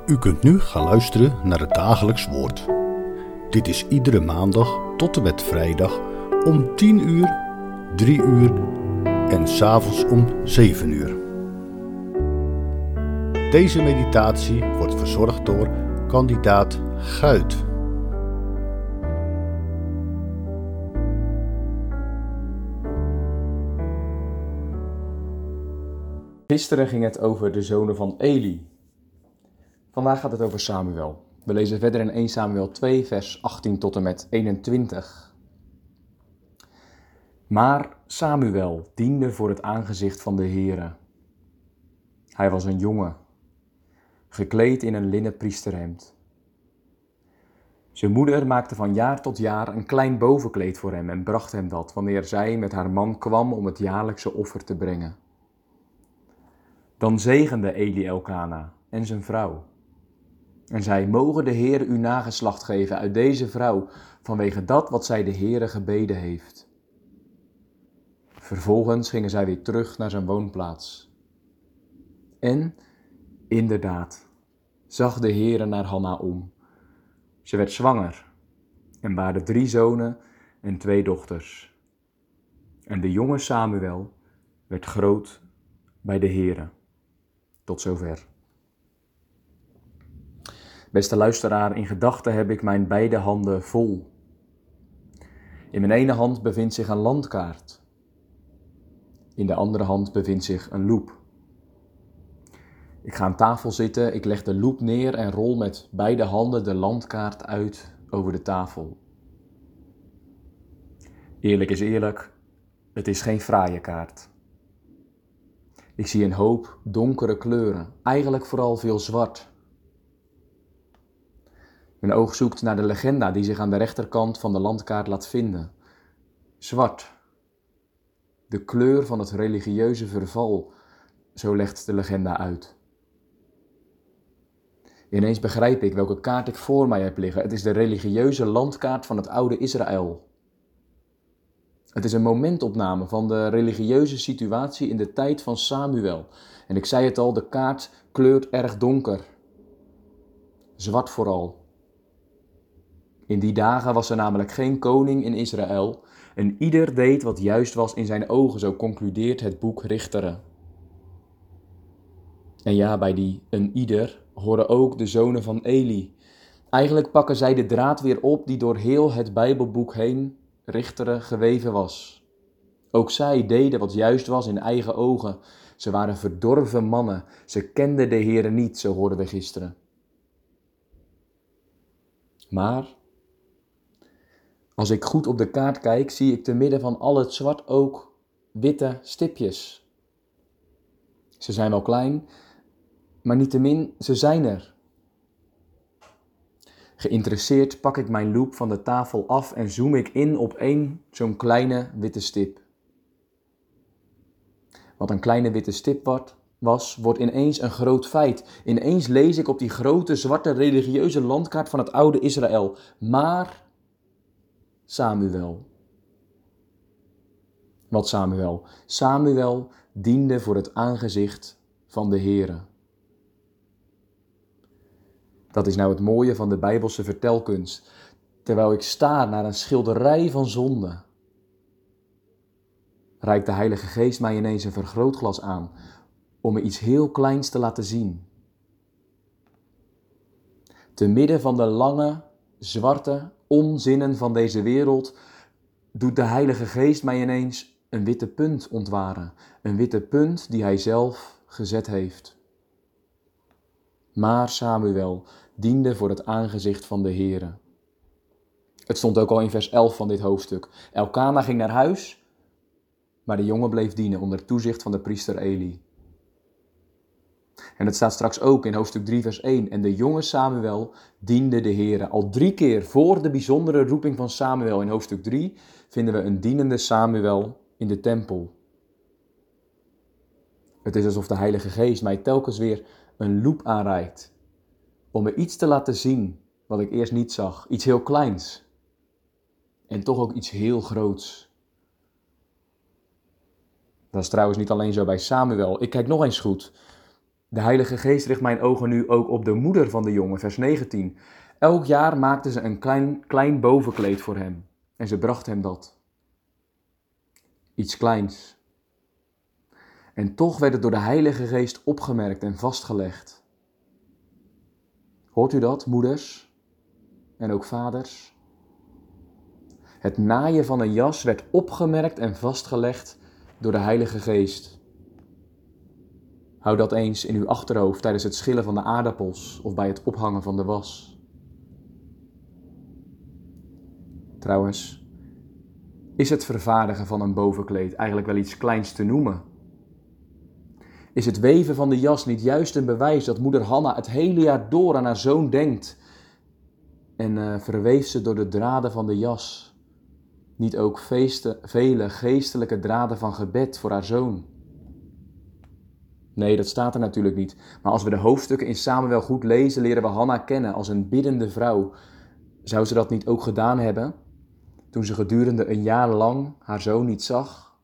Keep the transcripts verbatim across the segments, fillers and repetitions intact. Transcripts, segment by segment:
U kunt nu gaan luisteren naar het dagelijks woord. Dit is iedere maandag tot en met vrijdag om tien uur, drie uur en 's avonds om zeven uur. Deze meditatie wordt verzorgd door kandidaat Guit. Gisteren ging het over de zonen van Eli. Vandaag gaat het over Samuel. We lezen verder in eerste Samuel twee, vers achttien tot en met eenentwintig. Maar Samuel diende voor het aangezicht van de Heere. Hij was een jongen, gekleed in een linnen priesterhemd. Zijn moeder maakte van jaar tot jaar een klein bovenkleed voor hem en bracht hem dat wanneer zij met haar man kwam om het jaarlijkse offer te brengen. Dan zegende Eli Elkana en zijn vrouw. En zei, mogen de Heere u nageslacht geven uit deze vrouw, vanwege dat wat zij de Heere gebeden heeft. Vervolgens gingen zij weer terug naar zijn woonplaats. En, inderdaad, zag de Heere naar Hanna om. Ze werd zwanger en baarde drie zonen en twee dochters. En de jonge Samuel werd groot bij de Heere. Tot zover. Beste luisteraar, in gedachten heb ik mijn beide handen vol. In mijn ene hand bevindt zich een landkaart. In de andere hand bevindt zich een loep. Ik ga aan tafel zitten, ik leg de loep neer en rol met beide handen de landkaart uit over de tafel. Eerlijk is eerlijk, het is geen fraaie kaart. Ik zie een hoop donkere kleuren, eigenlijk vooral veel zwart. Mijn oog zoekt naar de legenda die zich aan de rechterkant van de landkaart laat vinden. Zwart. De kleur van het religieuze verval, zo legt de legenda uit. Ineens begrijp ik welke kaart ik voor mij heb liggen. Het is de religieuze landkaart van het oude Israël. Het is een momentopname van de religieuze situatie in de tijd van Samuel. En ik zei het al, de kaart kleurt erg donker. Zwart vooral. In die dagen was er namelijk geen koning in Israël en ieder deed wat juist was in zijn ogen, zo concludeert het boek Richteren. En ja, bij die een ieder horen ook de zonen van Eli. Eigenlijk pakken zij de draad weer op die door heel het Bijbelboek heen, Richteren, geweven was. Ook zij deden wat juist was in eigen ogen. Ze waren verdorven mannen, ze kenden de Heere niet, zo hoorden we gisteren. Maar als ik goed op de kaart kijk, zie ik te midden van al het zwart ook witte stipjes. Ze zijn wel klein, maar niettemin, ze zijn er. Geïnteresseerd pak ik mijn loep van de tafel af en zoom ik in op één zo'n kleine witte stip. Wat een kleine witte stip wordt, was, wordt ineens een groot feit. Ineens lees ik op die grote zwarte religieuze landkaart van het oude Israël. Maar Samuel. Wat Samuel? Samuel diende voor het aangezicht van de Heere. Dat is nou het mooie van de Bijbelse vertelkunst. Terwijl ik sta naar een schilderij van zonde, reikt de Heilige Geest mij ineens een vergrootglas aan om me iets heel kleins te laten zien. Te midden van de lange, zwarte onzinnen van deze wereld doet de Heilige Geest mij ineens een witte punt ontwaren. Een witte punt die hij zelf gezet heeft. Maar Samuel diende voor het aangezicht van de Heere. Het stond ook al in vers elf van dit hoofdstuk. Elkana ging naar huis, maar de jongen bleef dienen onder toezicht van de priester Eli. En het staat straks ook in hoofdstuk drie vers één. En de jonge Samuel diende de Heere. Al drie keer voor de bijzondere roeping van Samuel in hoofdstuk drie vinden we een dienende Samuel in de tempel. Het is alsof de Heilige Geest mij telkens weer een loep aanreikt om me iets te laten zien wat ik eerst niet zag. Iets heel kleins. En toch ook iets heel groots. Dat is trouwens niet alleen zo bij Samuel. Ik kijk nog eens goed. De Heilige Geest richt mijn ogen nu ook op de moeder van de jongen, vers negentien. Elk jaar maakte ze een klein, klein bovenkleed voor hem en ze bracht hem dat. Iets kleins. En toch werd het door de Heilige Geest opgemerkt en vastgelegd. Hoort u dat, moeders en ook vaders? Het naaien van een jas werd opgemerkt en vastgelegd door de Heilige Geest. Hou dat eens in uw achterhoofd tijdens het schillen van de aardappels of bij het ophangen van de was. Trouwens, is het vervaardigen van een bovenkleed eigenlijk wel iets kleins te noemen? Is het weven van de jas niet juist een bewijs dat moeder Hanna het hele jaar door aan haar zoon denkt en uh, verweeft ze door de draden van de jas niet ook feesten, vele geestelijke draden van gebed voor haar zoon? Nee, dat staat er natuurlijk niet. Maar als we de hoofdstukken in Samuel goed lezen, leren we Hanna kennen als een biddende vrouw. Zou ze dat niet ook gedaan hebben toen ze gedurende een jaar lang haar zoon niet zag?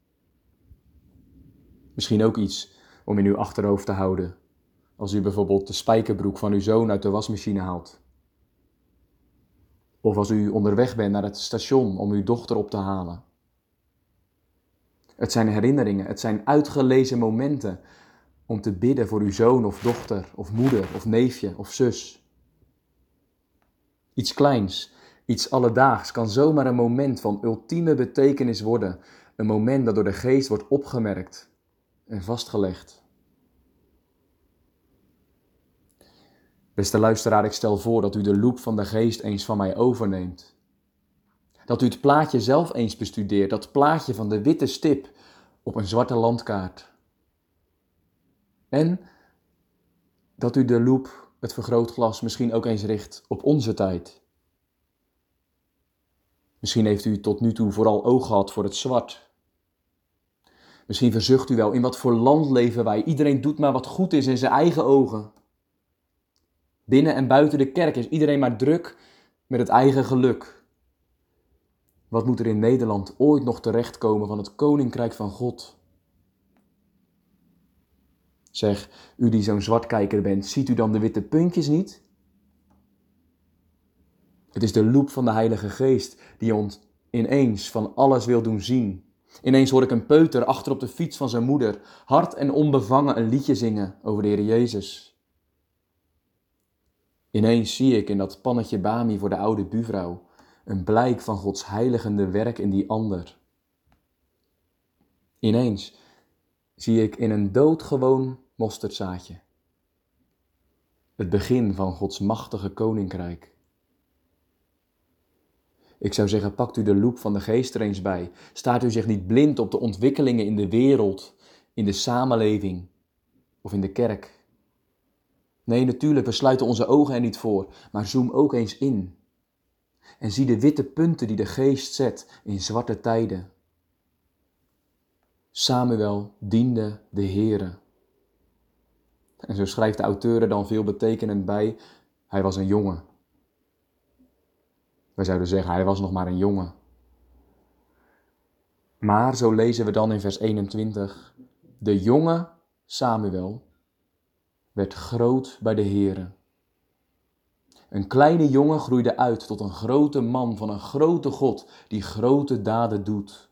Misschien ook iets om in uw achterhoofd te houden als u bijvoorbeeld de spijkerbroek van uw zoon uit de wasmachine haalt. Of als u onderweg bent naar het station om uw dochter op te halen. Het zijn herinneringen, het zijn uitgelezen momenten om te bidden voor uw zoon of dochter of moeder of neefje of zus. Iets kleins, iets alledaags kan zomaar een moment van ultieme betekenis worden. Een moment dat door de Geest wordt opgemerkt en vastgelegd. Beste luisteraar, ik stel voor dat u de loep van de Geest eens van mij overneemt. Dat u het plaatje zelf eens bestudeert, dat plaatje van de witte stip op een zwarte landkaart. En dat u de loep, het vergrootglas, misschien ook eens richt op onze tijd. Misschien heeft u tot nu toe vooral oog gehad voor het zwart. Misschien verzucht u wel, in wat voor land leven wij? Iedereen doet maar wat goed is in zijn eigen ogen. Binnen en buiten de kerk is iedereen maar druk met het eigen geluk. Wat moet er in Nederland ooit nog terechtkomen van het Koninkrijk van God? Zeg, u die zo'n zwartkijker bent, ziet u dan de witte puntjes niet? Het is de loep van de Heilige Geest die ons ineens van alles wil doen zien. Ineens hoor ik een peuter achter op de fiets van zijn moeder hard en onbevangen een liedje zingen over de Heer Jezus. Ineens zie ik in dat pannetje bami voor de oude buurvrouw een blijk van Gods heiligende werk in die ander. Ineens zie ik in een doodgewoon mosterdzaadje het begin van Gods machtige koninkrijk. Ik zou zeggen, pakt u de loep van de Geest er eens bij. Staart u zich niet blind op de ontwikkelingen in de wereld, in de samenleving of in de kerk. Nee, natuurlijk, we sluiten onze ogen er niet voor, maar zoom ook eens in. En zie de witte punten die de Geest zet in zwarte tijden. Samuel diende de Heere. En zo schrijft de auteur er dan veelbetekenend bij, hij was een jongen. Wij zouden zeggen, hij was nog maar een jongen. Maar, zo lezen we dan in vers eenentwintig, de jonge Samuel werd groot bij de Heere. Een kleine jongen groeide uit tot een grote man van een grote God die grote daden doet.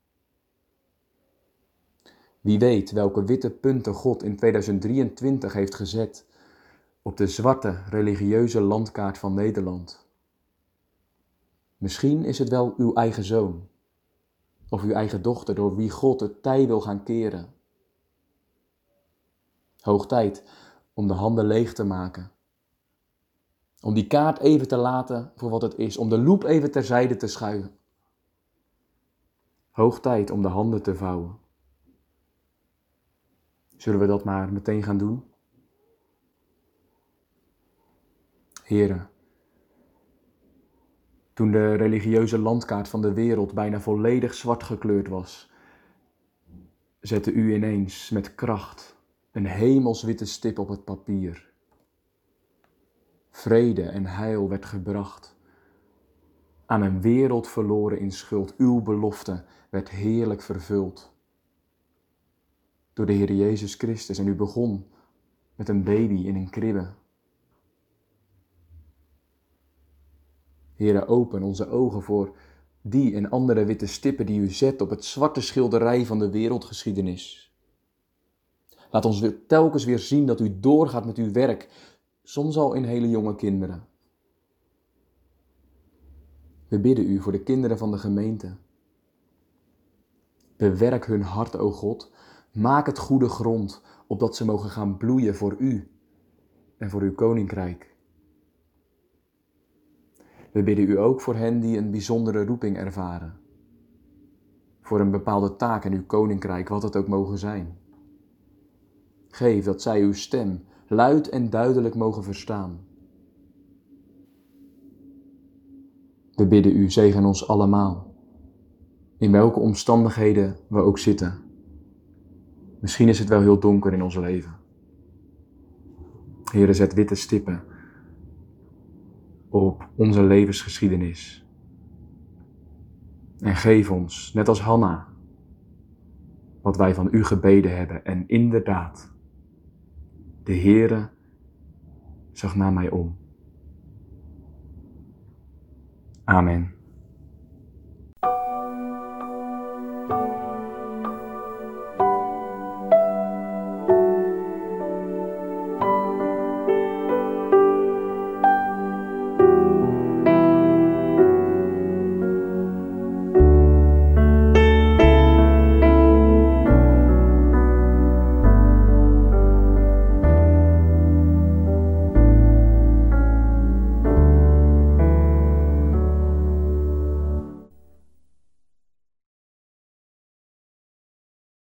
Wie weet welke witte punten God in tweeduizend drieëntwintig heeft gezet op de zwarte religieuze landkaart van Nederland. Misschien is het wel uw eigen zoon of uw eigen dochter door wie God het tij wil gaan keren. Hoog tijd om de handen leeg te maken. Om die kaart even te laten voor wat het is. Om de loep even terzijde te schuiven. Hoog tijd om de handen te vouwen. Zullen we dat maar meteen gaan doen? Heren, toen de religieuze landkaart van de wereld bijna volledig zwart gekleurd was, zette u ineens met kracht een hemelswitte stip op het papier. Vrede en heil werd gebracht aan een wereld verloren in schuld. Uw belofte werd heerlijk vervuld door de Heer Jezus Christus. En u begon met een baby in een kribbe. Heere, open onze ogen voor die en andere witte stippen die u zet op het zwarte schilderij van de wereldgeschiedenis. Laat ons weer, telkens weer zien dat u doorgaat met uw werk, soms al in hele jonge kinderen. We bidden u voor de kinderen van de gemeente. Bewerk hun hart, o God. Maak het goede grond, opdat ze mogen gaan bloeien voor u en voor uw koninkrijk. We bidden u ook voor hen die een bijzondere roeping ervaren. Voor een bepaalde taak in uw koninkrijk, wat het ook mogen zijn. Geef dat zij uw stem luid en duidelijk mogen verstaan. We bidden u, zegen ons allemaal, in welke omstandigheden we ook zitten. Misschien is het wel heel donker in ons leven. Heere, zet witte stippen op onze levensgeschiedenis. En geef ons, net als Hanna, wat wij van u gebeden hebben. En inderdaad, de Heere zag naar mij om. Amen.